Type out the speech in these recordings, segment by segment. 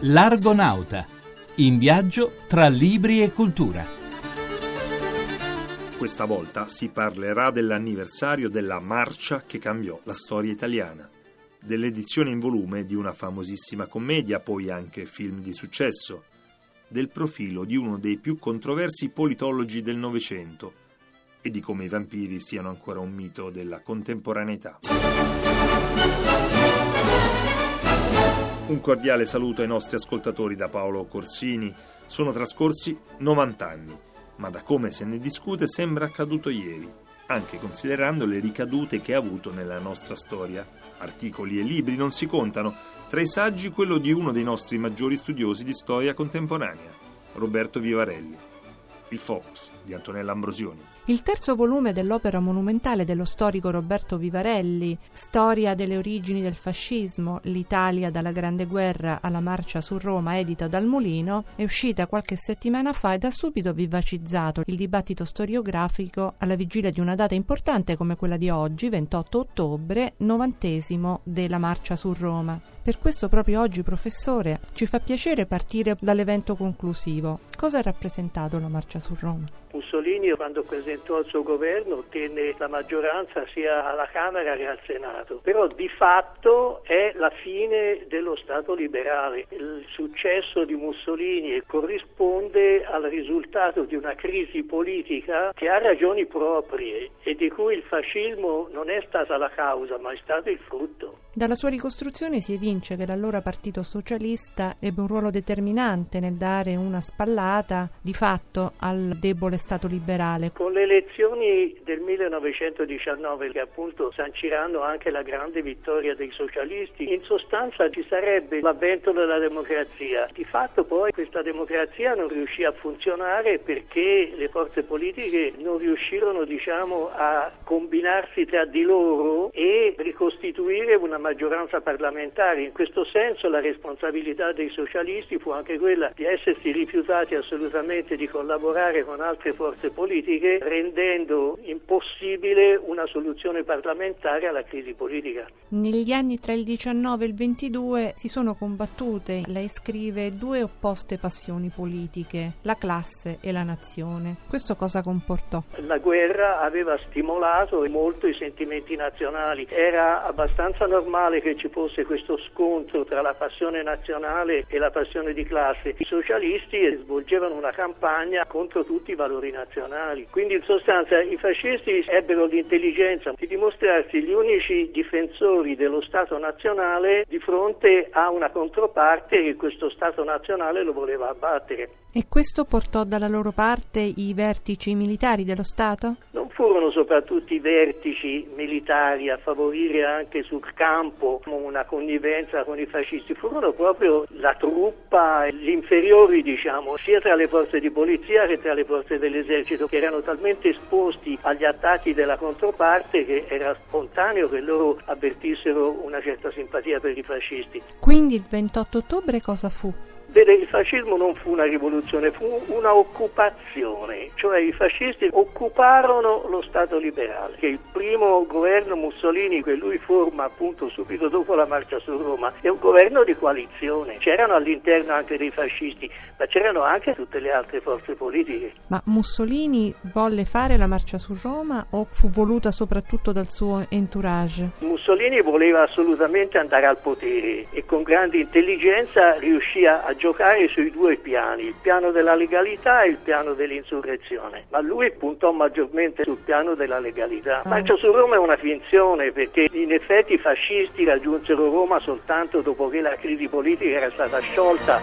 L'Argonauta, in viaggio tra libri e cultura. Questa volta si parlerà dell'anniversario della marcia che cambiò la storia italiana, dell'edizione in volume di una famosissima commedia, poi anche film di successo, del profilo di uno dei più controversi politologi del Novecento e di come i vampiri siano ancora un mito della contemporaneità. Un cordiale saluto ai nostri ascoltatori da Paolo Corsini. Sono trascorsi 90 anni, ma da come se ne discute sembra accaduto ieri, anche considerando le ricadute che ha avuto nella nostra storia. Articoli e libri non si contano, tra i saggi quello di uno dei nostri maggiori studiosi di storia contemporanea, Roberto Vivarelli. Il Focus di Antonella Ambrosioni. Il terzo volume dell'opera monumentale dello storico Roberto Vivarelli, Storia delle origini del fascismo, l'Italia dalla Grande Guerra alla marcia su Roma, edita dal Mulino, è uscita qualche settimana fa ed ha subito vivacizzato il dibattito storiografico alla vigilia di una data importante come quella di oggi, 28 ottobre, 90° della marcia su Roma. Per questo proprio oggi, professore, ci fa piacere partire dall'evento conclusivo. Cosa ha rappresentato la marcia su Roma? Mussolini, quando presentò il suo governo, ottenne la maggioranza sia alla Camera che al Senato, però di fatto è la fine dello Stato liberale. Il successo di Mussolini corrisponde al risultato di una crisi politica che ha ragioni proprie e di cui il fascismo non è stata la causa, ma è stato il frutto. Dalla sua ricostruzione si evince che l'allora Partito Socialista ebbe un ruolo determinante nel dare una spallata di fatto al debole Stato liberale. Con le elezioni del 1919, che appunto sanciranno anche la grande vittoria dei socialisti, in sostanza ci sarebbe l'avvento della democrazia. Di fatto poi questa democrazia non riuscì a funzionare perché le forze politiche non riuscirono, a combinarsi tra di loro e ricostituire una maggioranza parlamentare. In questo senso la responsabilità dei socialisti fu anche quella di essersi rifiutati assolutamente di collaborare con altre forze politiche, rendendo impossibile una soluzione parlamentare alla crisi politica. Negli anni tra il 19 e il 22 si sono combattute, lei scrive, due opposte passioni politiche, la classe e la nazione. Questo cosa comportò? La guerra aveva stimolato molto i sentimenti nazionali. Era abbastanza normale che ci fosse questo scontro tra la passione nazionale e la passione di classe. I socialisti svolgevano una campagna contro tutti i valori nazionali. Quindi in sostanza i fascisti ebbero l'intelligenza di dimostrarsi gli unici difensori dello Stato nazionale di fronte a una controparte che questo Stato nazionale lo voleva abbattere. E questo portò dalla loro parte i vertici militari dello Stato? Non furono soprattutto i vertici militari a favorire anche sul campo una connivenza con i fascisti, furono proprio la truppa, gli inferiori sia tra le forze di polizia che tra le forze dell'esercito, che erano talmente esposti agli attacchi della controparte che era spontaneo che loro avvertissero una certa simpatia per i fascisti. Quindi il 28 ottobre cosa fu? Vede, il fascismo non fu una rivoluzione, fu una occupazione, cioè i fascisti occuparono lo Stato liberale, che il primo governo Mussolini che lui forma appunto subito dopo la marcia su Roma è un governo di coalizione. C'erano all'interno anche dei fascisti, ma c'erano anche tutte le altre forze politiche. Ma Mussolini volle fare la marcia su Roma o fu voluta soprattutto dal suo entourage? Mussolini voleva assolutamente andare al potere e con grande intelligenza riuscì a giocare sui due piani, il piano della legalità e il piano dell'insurrezione, ma lui puntò maggiormente sul piano della legalità. La marcia su Roma è una finzione perché in effetti i fascisti raggiunsero Roma soltanto dopo che la crisi politica era stata sciolta.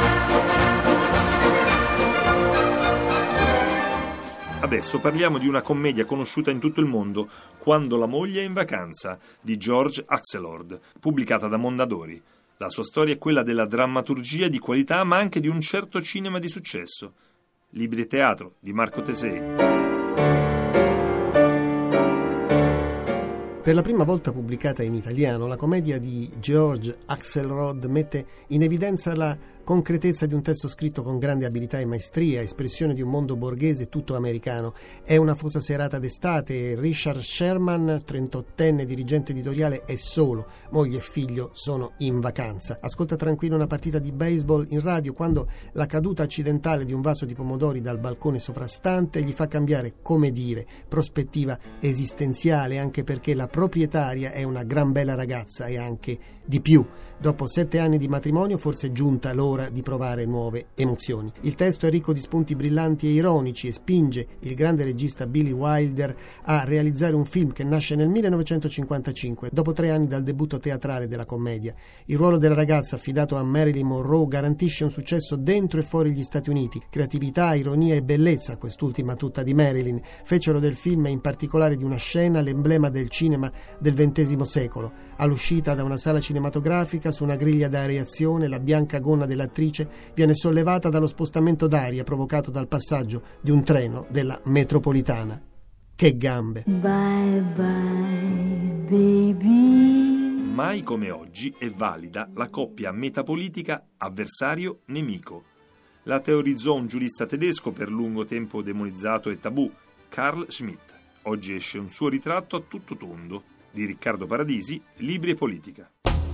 Adesso parliamo di una commedia conosciuta in tutto il mondo, Quando la moglie è in vacanza, di George Axelrod, pubblicata da Mondadori. La sua storia è quella della drammaturgia di qualità, ma anche di un certo cinema di successo. Libri e teatro di Marco Tesei. Per la prima volta pubblicata in italiano, la commedia di George Axelrod mette in evidenza la concretezza di un testo scritto con grande abilità e maestria, espressione di un mondo borghese tutto americano. È una fosa serata d'estate e Richard Sherman, 38enne dirigente editoriale, è solo. Moglie e figlio sono in vacanza. Ascolta tranquillo una partita di baseball in radio quando la caduta accidentale di un vaso di pomodori dal balcone soprastante gli fa cambiare, come dire, prospettiva esistenziale, anche perché la proprietaria è una gran bella ragazza e anche di più. Dopo 7 anni di matrimonio forse è giunta l'ora di provare nuove emozioni. Il testo è ricco di spunti brillanti e ironici e spinge il grande regista Billy Wilder a realizzare un film che nasce nel 1955, dopo 3 anni dal debutto teatrale della commedia. Il ruolo della ragazza, affidato a Marilyn Monroe, garantisce un successo dentro e fuori gli Stati Uniti. Creatività, ironia e bellezza, quest'ultima tutta di Marilyn, fecero del film e in particolare di una scena l'emblema del cinema del XX secolo. All'uscita da una sala cinematografica, su una griglia da areazione, la bianca gonna dell'attrice viene sollevata dallo spostamento d'aria provocato dal passaggio di un treno della metropolitana. Che gambe! Bye bye, baby. Mai come oggi è valida la coppia metapolitica avversario-nemico. La teorizzò un giurista tedesco per lungo tempo demonizzato e tabù, Carl Schmitt. Oggi esce un suo ritratto a tutto tondo, di Riccardo Paradisi, Libri e Politica.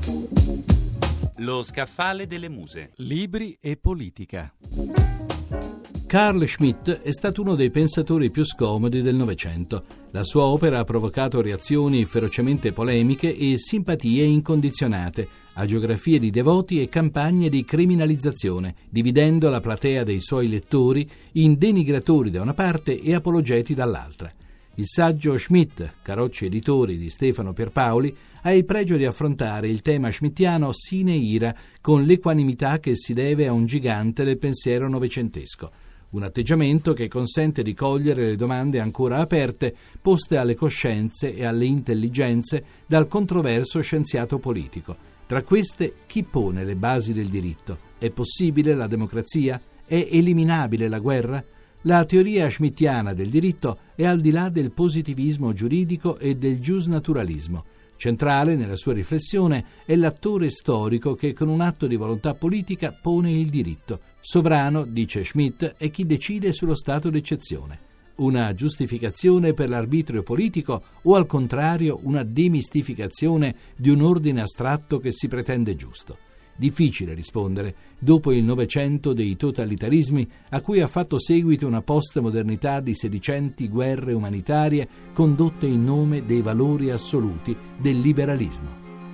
Lo scaffale delle muse. Libri e politica. Carl Schmitt è stato uno dei pensatori più scomodi del Novecento. La sua opera ha provocato reazioni ferocemente polemiche e simpatie incondizionate, agiografie di devoti e campagne di criminalizzazione, dividendo la platea dei suoi lettori in denigratori da una parte e apologeti dall'altra. Il saggio Schmitt, Carocci Editori di Stefano Pierpaoli, ha il pregio di affrontare il tema schmittiano sine ira con l'equanimità che si deve a un gigante del pensiero novecentesco. Un atteggiamento che consente di cogliere le domande ancora aperte poste alle coscienze e alle intelligenze dal controverso scienziato politico. Tra queste, chi pone le basi del diritto? È possibile la democrazia? È eliminabile la guerra? La teoria schmittiana del diritto è al di là del positivismo giuridico e del giusnaturalismo. Centrale nella sua riflessione è l'attore storico che con un atto di volontà politica pone il diritto. Sovrano, dice Schmitt, è chi decide sullo stato d'eccezione. Una giustificazione per l'arbitrio politico o al contrario una demistificazione di un ordine astratto che si pretende giusto? Difficile rispondere dopo il Novecento dei totalitarismi a cui ha fatto seguito una postmodernità di sedicenti guerre umanitarie condotte in nome dei valori assoluti del liberalismo.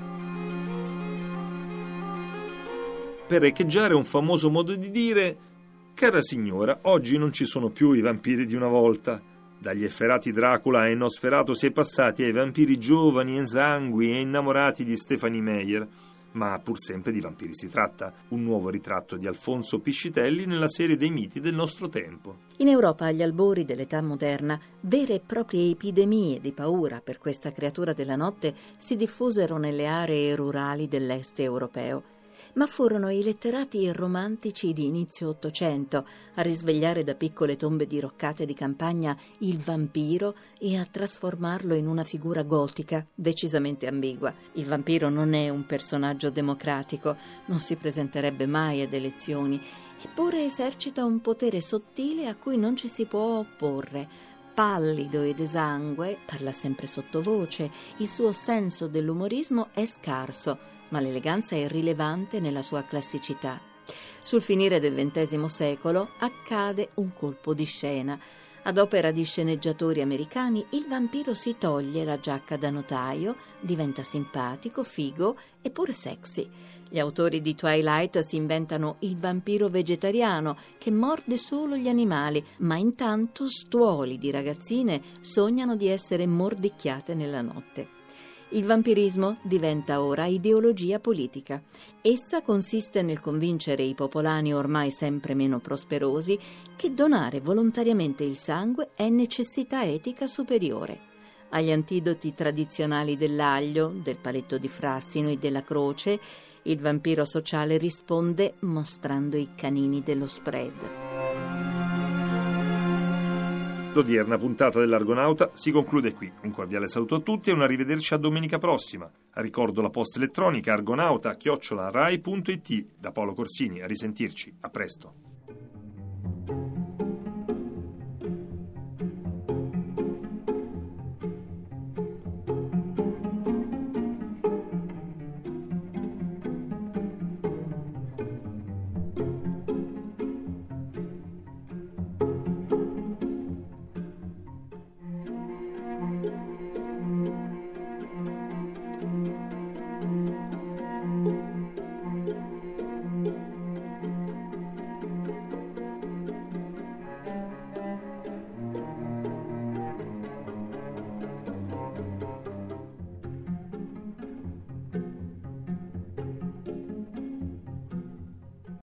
Per echeggiare un famoso modo di dire: cara signora, oggi non ci sono più i vampiri di una volta. Dagli efferati Dracula e Nosferatu si è passati ai vampiri giovani, esangui e innamorati di Stephenie Meyer. Ma pur sempre di vampiri si tratta, un nuovo ritratto di Alfonso Piscitelli nella serie dei miti del nostro tempo. In Europa, agli albori dell'età moderna, vere e proprie epidemie di paura per questa creatura della notte si diffusero nelle aree rurali dell'est europeo. Ma furono i letterati romantici di inizio Ottocento a risvegliare da piccole tombe diroccate di campagna il vampiro e a trasformarlo in una figura gotica decisamente ambigua. Il vampiro non è un personaggio democratico, non si presenterebbe mai ad elezioni, eppure esercita un potere sottile a cui non ci si può opporre. Pallido ed esangue, parla sempre sottovoce, il suo senso dell'umorismo è scarso, ma l'eleganza è rilevante nella sua classicità. Sul finire del XX secolo accade un colpo di scena. Ad opera di sceneggiatori americani, il vampiro si toglie la giacca da notaio, diventa simpatico, figo e pure sexy. Gli autori di Twilight si inventano il vampiro vegetariano che morde solo gli animali, ma intanto stuoli di ragazzine sognano di essere mordicchiate nella notte. Il vampirismo diventa ora ideologia politica. Essa consiste nel convincere i popolani ormai sempre meno prosperosi che donare volontariamente il sangue è necessità etica superiore. Agli antidoti tradizionali dell'aglio, del paletto di frassino e della croce, il vampiro sociale risponde mostrando i canini dello spread. L'odierna puntata dell'Argonauta si conclude qui. Un cordiale saluto a tutti e un arrivederci a domenica prossima. Ricordo la posta elettronica argonauta@rai.it. Da Paolo Corsini, a risentirci. A presto.